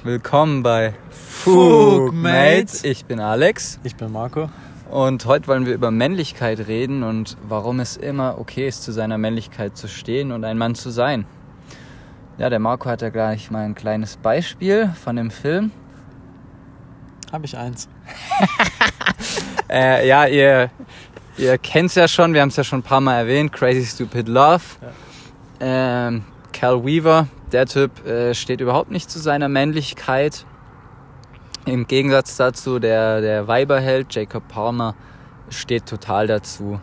Willkommen bei Fugmate. Ich bin Alex. Ich bin Marco. Und heute wollen wir über Männlichkeit reden und warum es immer okay ist, zu seiner Männlichkeit zu stehen und ein Mann zu sein. Ja, der Marco hat ja gleich mal ein kleines Beispiel von dem Film. Habe ich eins. Ja, ihr kennt es ja schon, wir haben es ja schon ein paar Mal erwähnt, Crazy Stupid Love. Ja. Cal Weaver, der Typ steht überhaupt nicht zu seiner Männlichkeit. Im Gegensatz dazu der Weiberheld Jacob Palmer steht total dazu.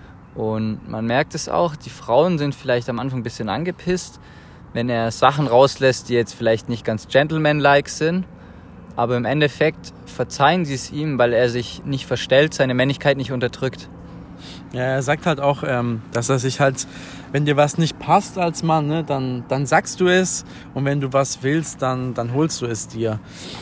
Und man merkt es auch, die Frauen sind vielleicht am Anfang ein bisschen angepisst, wenn er Sachen rauslässt, die jetzt vielleicht nicht ganz gentleman-like sind. Aber im Endeffekt verzeihen sie es ihm, weil er sich nicht verstellt, seine Männlichkeit nicht unterdrückt. Ja, er sagt halt auch, dass er sich halt, wenn dir was nicht passt als Mann, ne, dann sagst du es. Und wenn du was willst, dann holst du es dir.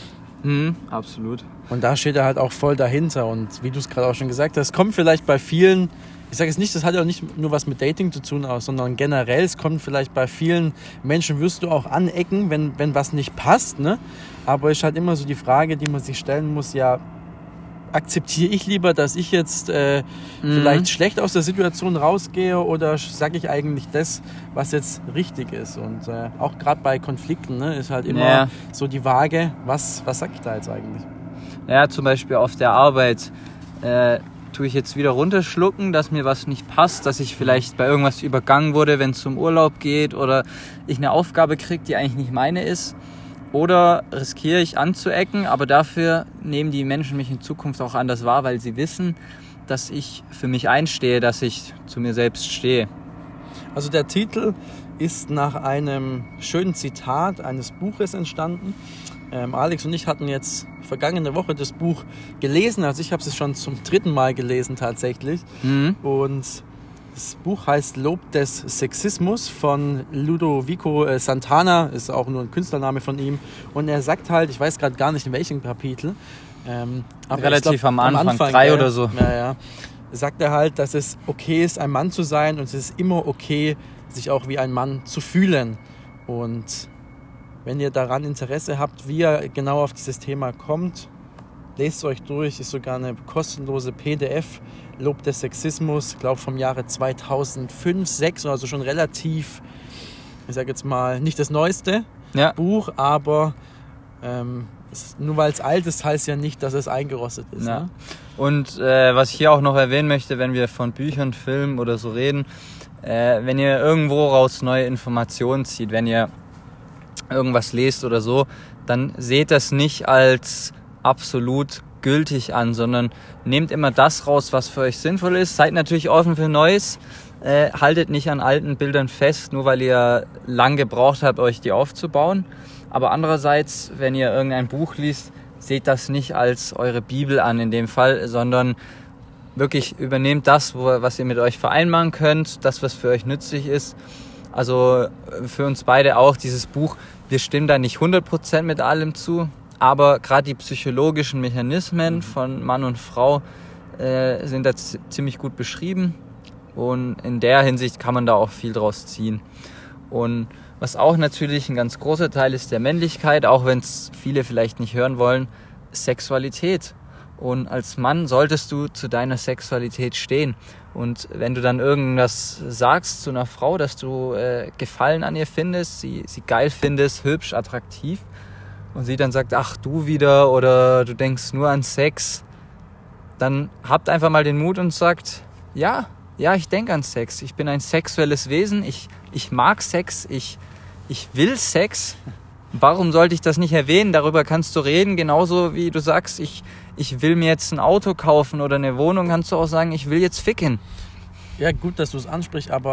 Absolut. Und da steht er halt auch voll dahinter. Und wie du es gerade auch schon gesagt hast, kommt vielleicht bei vielen, ich sage jetzt nicht, das hat ja auch nicht nur was mit Dating zu tun, sondern generell, es kommt vielleicht bei vielen Menschen, wirst du auch anecken, wenn was nicht passt. Ne? Aber es ist halt immer so die Frage, die man sich stellen muss, ja, akzeptiere ich lieber, dass ich jetzt vielleicht schlecht aus der Situation rausgehe oder sage ich eigentlich das, was jetzt richtig ist? Und auch gerade bei Konflikten, ne, ist halt immer so die Waage, was sage ich da jetzt eigentlich? Ja, zum Beispiel auf der Arbeit tue ich jetzt wieder runterschlucken, dass mir was nicht passt, dass ich vielleicht bei irgendwas übergangen wurde, wenn es zum Urlaub geht oder ich eine Aufgabe kriege, die eigentlich nicht meine ist. Oder riskiere ich anzuecken, aber dafür nehmen die Menschen mich in Zukunft auch anders wahr, weil sie wissen, dass ich für mich einstehe, dass ich zu mir selbst stehe. Also der Titel ist nach einem schönen Zitat eines Buches entstanden. Alex und ich hatten jetzt vergangene Woche das Buch gelesen, also ich habe es schon zum 3. Mal gelesen tatsächlich. Und das Buch heißt Lob des Sexismus von Ludovico Santana, ist auch nur ein Künstlername von ihm. Und er sagt halt, ich weiß gerade gar nicht in welchem Kapitel, aber relativ am Anfang 3 oder so. Ja, sagt er halt, dass es okay ist, ein Mann zu sein und es ist immer okay, sich auch wie ein Mann zu fühlen. Und wenn ihr daran Interesse habt, wie er genau auf dieses Thema kommt, lest euch durch, ist sogar eine kostenlose PDF, Lob des Sexismus, ich glaube vom Jahre 2005, 2006, also schon relativ, ich sage jetzt mal, nicht das neueste Buch, aber nur weil es alt ist, heißt ja nicht, dass es eingerostet ist. Ja. Ne? Und was ich hier auch noch erwähnen möchte, wenn wir von Büchern, Filmen oder so reden, wenn ihr irgendwo raus neue Informationen zieht, wenn ihr irgendwas lest oder so, dann seht das nicht als absolut gültig an, sondern nehmt immer das raus, was für euch sinnvoll ist. Seid natürlich offen für Neues. Haltet nicht an alten Bildern fest, nur weil ihr lang gebraucht habt, euch die aufzubauen. Aber andererseits, wenn ihr irgendein Buch liest, seht das nicht als eure Bibel an in dem Fall, sondern wirklich übernehmt das, was ihr mit euch vereinbaren könnt, das, was für euch nützlich ist. Also für uns beide auch dieses Buch, wir stimmen da nicht 100% mit allem zu, aber gerade die psychologischen Mechanismen von Mann und Frau sind da ziemlich gut beschrieben und in der Hinsicht kann man da auch viel draus ziehen. Und was auch natürlich ein ganz großer Teil ist der Männlichkeit, auch wenn es viele vielleicht nicht hören wollen, Sexualität. Und als Mann solltest du zu deiner Sexualität stehen. Und wenn du dann irgendwas sagst zu einer Frau, dass du Gefallen an ihr findest, sie geil findest, hübsch, attraktiv, und sie dann sagt, ach du wieder, oder du denkst nur an Sex, dann habt einfach mal den Mut und sagt, ja, ich denke an Sex. Ich bin ein sexuelles Wesen, ich mag Sex, ich will Sex. Warum sollte ich das nicht erwähnen? Darüber kannst du reden, genauso wie du sagst, ich will mir jetzt ein Auto kaufen oder eine Wohnung, kannst du auch sagen, ich will jetzt ficken. Ja, gut, dass du es ansprichst, aber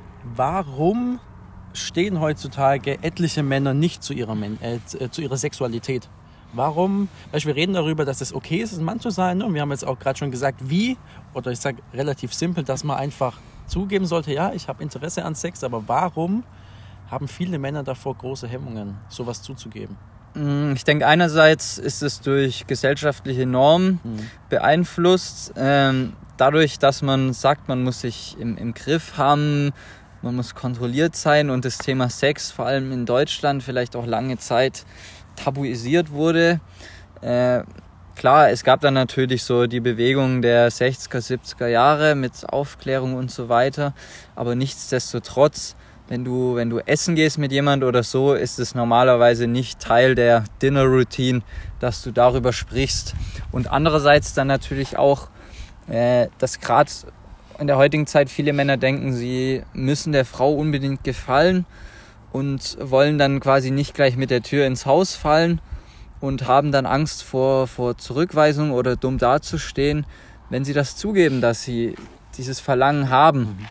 warum stehen heutzutage etliche Männer nicht zu ihrer Sexualität? Warum? Weil wir reden darüber, dass es okay ist, ein Mann zu sein. Und wir haben jetzt auch gerade schon gesagt, wie, oder ich sage relativ simpel, dass man einfach zugeben sollte, ja, ich habe Interesse an Sex, aber warum haben viele Männer davor große Hemmungen, sowas zuzugeben? Ich denke, einerseits ist es durch gesellschaftliche Normen beeinflusst, dadurch, dass man sagt, man muss sich im Griff haben, man muss kontrolliert sein und das Thema Sex, vor allem in Deutschland, vielleicht auch lange Zeit tabuisiert wurde. Klar, es gab dann natürlich so die Bewegung der 60er, 70er Jahre mit Aufklärung und so weiter, aber nichtsdestotrotz, wenn du essen gehst mit jemand oder so, ist es normalerweise nicht Teil der Dinner-Routine, dass du darüber sprichst. Und andererseits dann natürlich auch, dass gerade in der heutigen Zeit viele Männer denken, sie müssen der Frau unbedingt gefallen und wollen dann quasi nicht gleich mit der Tür ins Haus fallen und haben dann Angst vor Zurückweisung oder dumm dazustehen, wenn sie das zugeben, dass sie dieses Verlangen haben.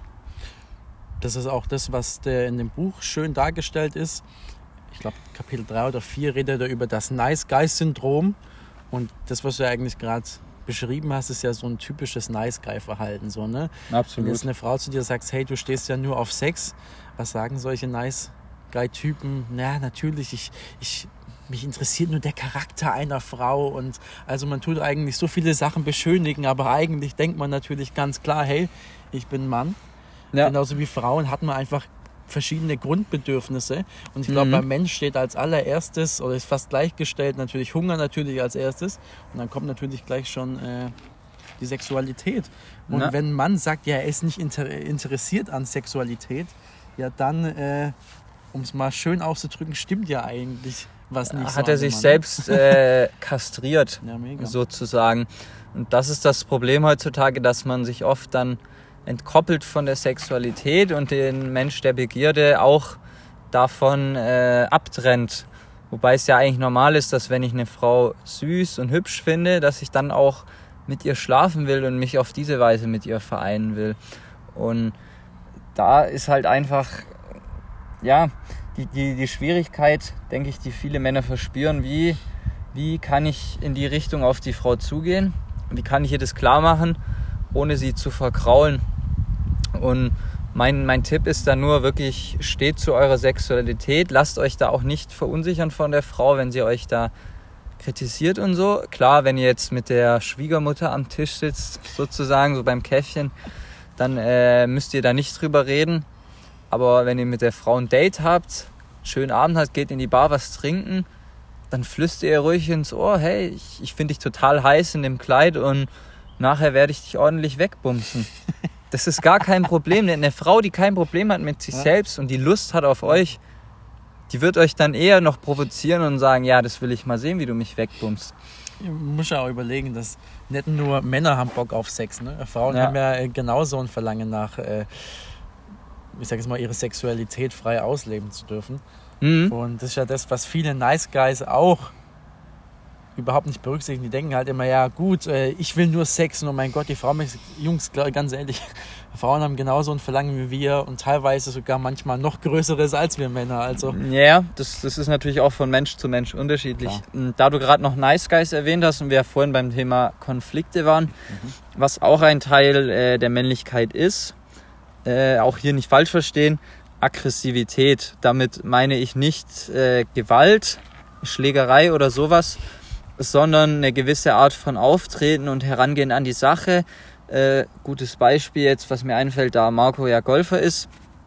Das ist auch das, was in dem Buch schön dargestellt ist. Ich glaube, Kapitel 3 oder 4 redet er über das Nice-Guy-Syndrom. Und das, was du ja eigentlich gerade beschrieben hast, ist ja so ein typisches Nice-Guy-Verhalten. So, ne? Absolut. Wenn jetzt eine Frau zu dir sagt, hey, du stehst ja nur auf Sex, was sagen solche Nice-Guy-Typen? Na, natürlich, mich interessiert nur der Charakter einer Frau. Und also man tut eigentlich so viele Sachen beschönigen, aber eigentlich denkt man natürlich ganz klar, hey, ich bin Mann. Ja. Genauso wie Frauen hat man einfach verschiedene Grundbedürfnisse. Und ich glaube, beim Mensch steht als allererstes, oder ist fast gleichgestellt, natürlich Hunger natürlich als erstes. Und dann kommt natürlich gleich schon die Sexualität. Und wenn ein Mann sagt, ja, er ist nicht interessiert an Sexualität, ja dann, um es mal schön auszudrücken, stimmt ja eigentlich was nicht. Hat er sich selbst kastriert, ja, sozusagen. Und das ist das Problem heutzutage, dass man sich oft dann entkoppelt von der Sexualität und den Mensch der Begierde auch davon abtrennt. Wobei es ja eigentlich normal ist, dass wenn ich eine Frau süß und hübsch finde, dass ich dann auch mit ihr schlafen will und mich auf diese Weise mit ihr vereinen will. Und da ist halt einfach, ja, die Schwierigkeit, denke ich, die viele Männer verspüren, wie kann ich in die Richtung auf die Frau zugehen? Wie kann ich ihr das klar machen, ohne sie zu verkraulen? Und mein Tipp ist da nur wirklich, steht zu eurer Sexualität, lasst euch da auch nicht verunsichern von der Frau, wenn sie euch da kritisiert und so. Klar, wenn ihr jetzt mit der Schwiegermutter am Tisch sitzt, sozusagen, so beim Käffchen, dann müsst ihr da nicht drüber reden. Aber wenn ihr mit der Frau ein Date habt, einen schönen Abend habt, geht in die Bar was trinken, dann flüstert ihr ruhig ins Ohr, hey, ich finde dich total heiß in dem Kleid und nachher werde ich dich ordentlich wegbumsen. Das ist gar kein Problem. Eine Frau, die kein Problem hat mit sich selbst und die Lust hat auf euch, die wird euch dann eher noch provozieren und sagen, ja, das will ich mal sehen, wie du mich wegbummst. Ich muss ja auch überlegen, dass nicht nur Männer haben Bock auf Sex, ne? Frauen haben ja genauso ein Verlangen nach, ich sag jetzt mal, ihre Sexualität frei ausleben zu dürfen. Und das ist ja das, was viele Nice Guys auch überhaupt nicht berücksichtigen. Die denken halt immer, ja gut, ich will nur Sex und oh mein Gott, die Frauen, Jungs, ganz ehrlich, Frauen haben genauso ein Verlangen wie wir und teilweise sogar manchmal noch größeres als wir Männer. Also. Ja, das ist natürlich auch von Mensch zu Mensch unterschiedlich. Klar. Da du gerade noch Nice Guys erwähnt hast und wir ja vorhin beim Thema Konflikte waren, was auch ein Teil der Männlichkeit ist, auch hier nicht falsch verstehen, Aggressivität. Damit meine ich nicht Gewalt, Schlägerei oder sowas, sondern eine gewisse Art von Auftreten und Herangehen an die Sache. Gutes Beispiel jetzt, was mir einfällt, da Marco ja Golfer ist.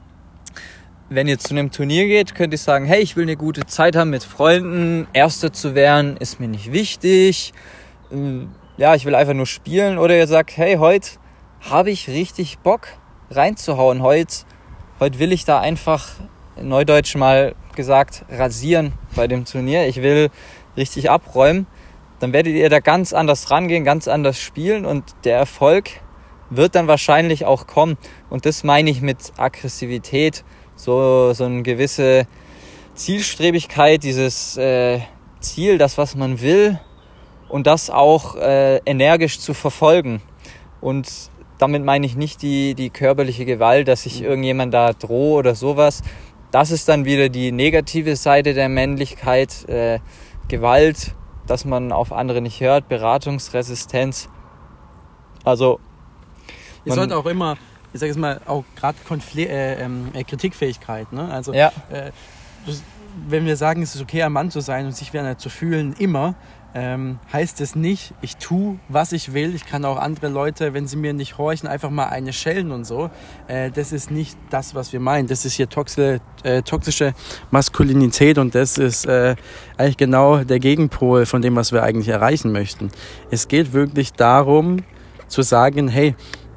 Wenn ihr zu einem Turnier geht, könnt ihr sagen, hey, ich will eine gute Zeit haben mit Freunden, Erster zu werden, ist mir nicht wichtig. Ja, ich will einfach nur spielen. Oder ihr sagt, hey, heute habe ich richtig Bock reinzuhauen. Heute will ich da einfach, in Neudeutsch mal gesagt, rasieren bei dem Turnier. Ich will richtig abräumen. Dann werdet ihr da ganz anders rangehen, ganz anders spielen und der Erfolg wird dann wahrscheinlich auch kommen. Und das meine ich mit Aggressivität, so eine gewisse Zielstrebigkeit, dieses Ziel, das, was man will und das auch energisch zu verfolgen. Und damit meine ich nicht die körperliche Gewalt, dass ich irgendjemand da drohe oder sowas. Das ist dann wieder die negative Seite der Männlichkeit, Gewalt, dass man auf andere nicht hört, Beratungsresistenz. Also ihr sollt auch immer, ich sage jetzt mal, auch gerade Kritikfähigkeit, ne? Also wenn wir sagen, es ist okay, ein Mann zu sein und sich wie einer zu fühlen, immer, heißt es nicht, ich tue, was ich will. Ich kann auch andere Leute, wenn sie mir nicht horchen, einfach mal eine schellen und so. Das ist nicht das, was wir meinen. Das ist hier toxische Maskulinität und das ist eigentlich genau der Gegenpol von dem, was wir eigentlich erreichen möchten. Es geht wirklich darum, zu sagen, hey,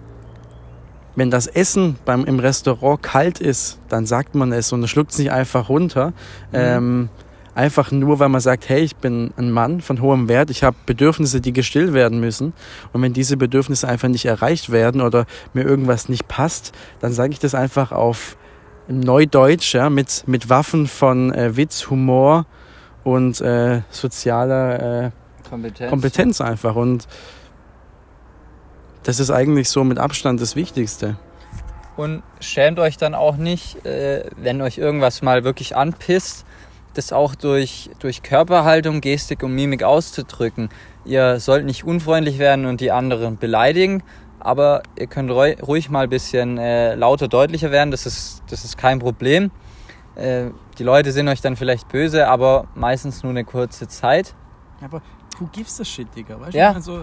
wenn das Essen im Restaurant kalt ist, dann sagt man es und schluckt es nicht einfach runter. Einfach nur, weil man sagt, hey, ich bin ein Mann von hohem Wert, ich habe Bedürfnisse, die gestillt werden müssen. Und wenn diese Bedürfnisse einfach nicht erreicht werden oder mir irgendwas nicht passt, dann sage ich das einfach auf Neudeutsch, ja, mit Waffen von Witz, Humor und sozialer Kompetenz einfach. Und das ist eigentlich so mit Abstand das Wichtigste. Und schämt euch dann auch nicht, wenn euch irgendwas mal wirklich anpisst, das auch durch Körperhaltung, Gestik und Mimik auszudrücken. Ihr sollt nicht unfreundlich werden und die anderen beleidigen, aber ihr könnt ruhig mal ein bisschen lauter, deutlicher werden. Das ist kein Problem. Die Leute sind euch dann vielleicht böse, aber meistens nur eine kurze Zeit. Aber who gives a shit, Digga? Weißt ja. du, also,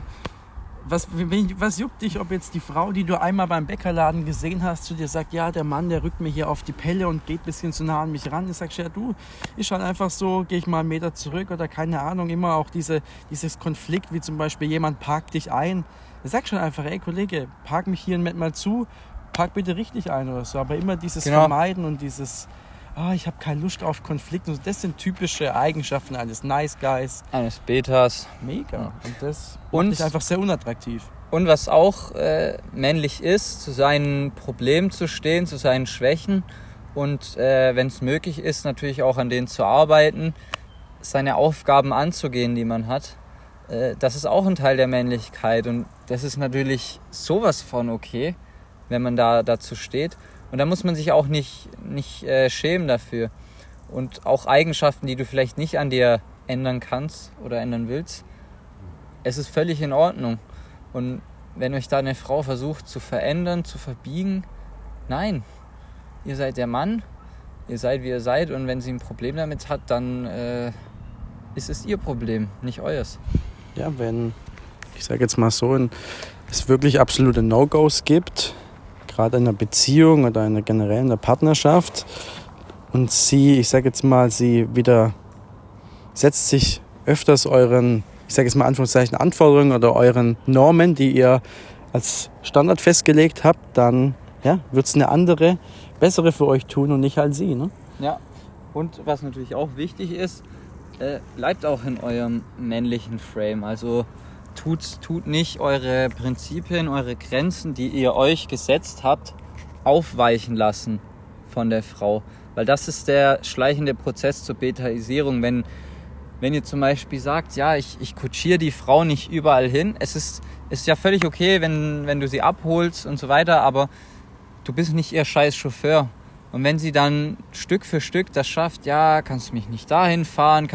was juckt dich, ob jetzt die Frau, die du einmal beim Bäckerladen gesehen hast, zu dir sagt, ja, der Mann, der rückt mir hier auf die Pelle und geht ein bisschen zu nah an mich ran. Ich sag, ja, du, ist halt einfach so, gehe ich mal einen Meter zurück oder keine Ahnung, immer auch dieses Konflikt, wie zum Beispiel jemand parkt dich ein. Ich sag schon einfach, ey Kollege, park mich hier mal zu, park bitte richtig ein oder so. Aber immer dieses Vermeiden und dieses, ich habe keine Lust auf Konflikt. Und das sind typische Eigenschaften eines Nice Guys. Eines Betas. Mega. Und das ist einfach sehr unattraktiv. Und was auch männlich ist, zu seinen Problemen zu stehen, zu seinen Schwächen und wenn es möglich ist, natürlich auch an denen zu arbeiten, seine Aufgaben anzugehen, die man hat. Das ist auch ein Teil der Männlichkeit und das ist natürlich sowas von okay, wenn man da dazu steht. Und da muss man sich auch nicht schämen dafür. Und auch Eigenschaften, die du vielleicht nicht an dir ändern kannst oder ändern willst, es ist völlig in Ordnung. Und wenn euch da eine Frau versucht zu verändern, zu verbiegen, nein, ihr seid der Mann, ihr seid wie ihr seid und wenn sie ein Problem damit hat, dann ist es ihr Problem, nicht euers. Ja, wenn, ich sage jetzt mal so, es wirklich absolute No-Gos gibt, gerade in einer Beziehung oder generell in einer Partnerschaft und sie, ich sage jetzt mal, sie wieder setzt sich öfters euren, ich sage jetzt mal Anführungszeichen, Anforderungen oder euren Normen, die ihr als Standard festgelegt habt, dann wird es eine andere, bessere für euch tun und nicht halt sie. Ne? Ja, und was natürlich auch wichtig ist, bleibt auch in eurem männlichen Frame. Also tut nicht eure Prinzipien, eure Grenzen, die ihr euch gesetzt habt, aufweichen lassen von der Frau. Weil das ist der schleichende Prozess zur Betaisierung. Wenn ihr zum Beispiel sagt, ja, ich kutschiere die Frau nicht überall hin. Es ist ja völlig okay, wenn du sie abholst und so weiter, aber du bist nicht ihr scheiß Chauffeur. Und wenn sie dann Stück für Stück das schafft, ja, kannst du mich nicht dahin fahren,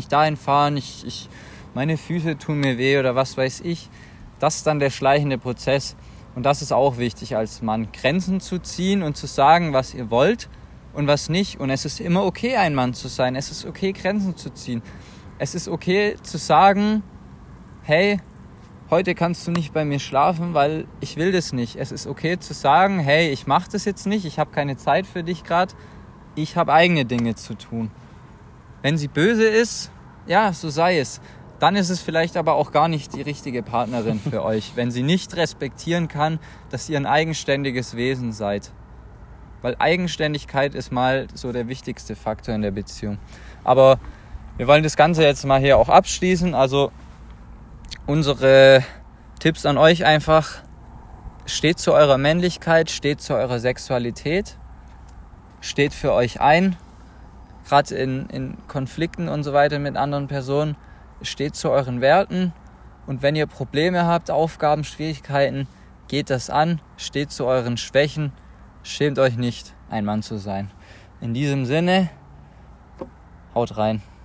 meine Füße tun mir weh oder was weiß ich, das ist dann der schleichende Prozess. Und das ist auch wichtig als Mann, Grenzen zu ziehen und zu sagen, was ihr wollt und was nicht. Und es ist immer okay, ein Mann zu sein. Es ist okay, Grenzen zu ziehen. Es ist okay zu sagen, hey, heute kannst du nicht bei mir schlafen, weil ich will das nicht. Es ist okay zu sagen, hey, ich mache das jetzt nicht, ich habe keine Zeit für dich gerade, ich habe eigene Dinge zu tun. Wenn sie böse ist, ja, so sei es. Dann ist es vielleicht aber auch gar nicht die richtige Partnerin für euch, wenn sie nicht respektieren kann, dass ihr ein eigenständiges Wesen seid. Weil Eigenständigkeit ist mal so der wichtigste Faktor in der Beziehung. Aber wir wollen das Ganze jetzt mal hier auch abschließen. Also unsere Tipps an euch einfach: Steht zu eurer Männlichkeit, steht zu eurer Sexualität, steht für euch ein, gerade in Konflikten und so weiter mit anderen Personen, steht zu euren Werten und wenn ihr Probleme habt, Aufgaben, Schwierigkeiten, geht das an, steht zu euren Schwächen, schämt euch nicht, ein Mann zu sein. In diesem Sinne, haut rein.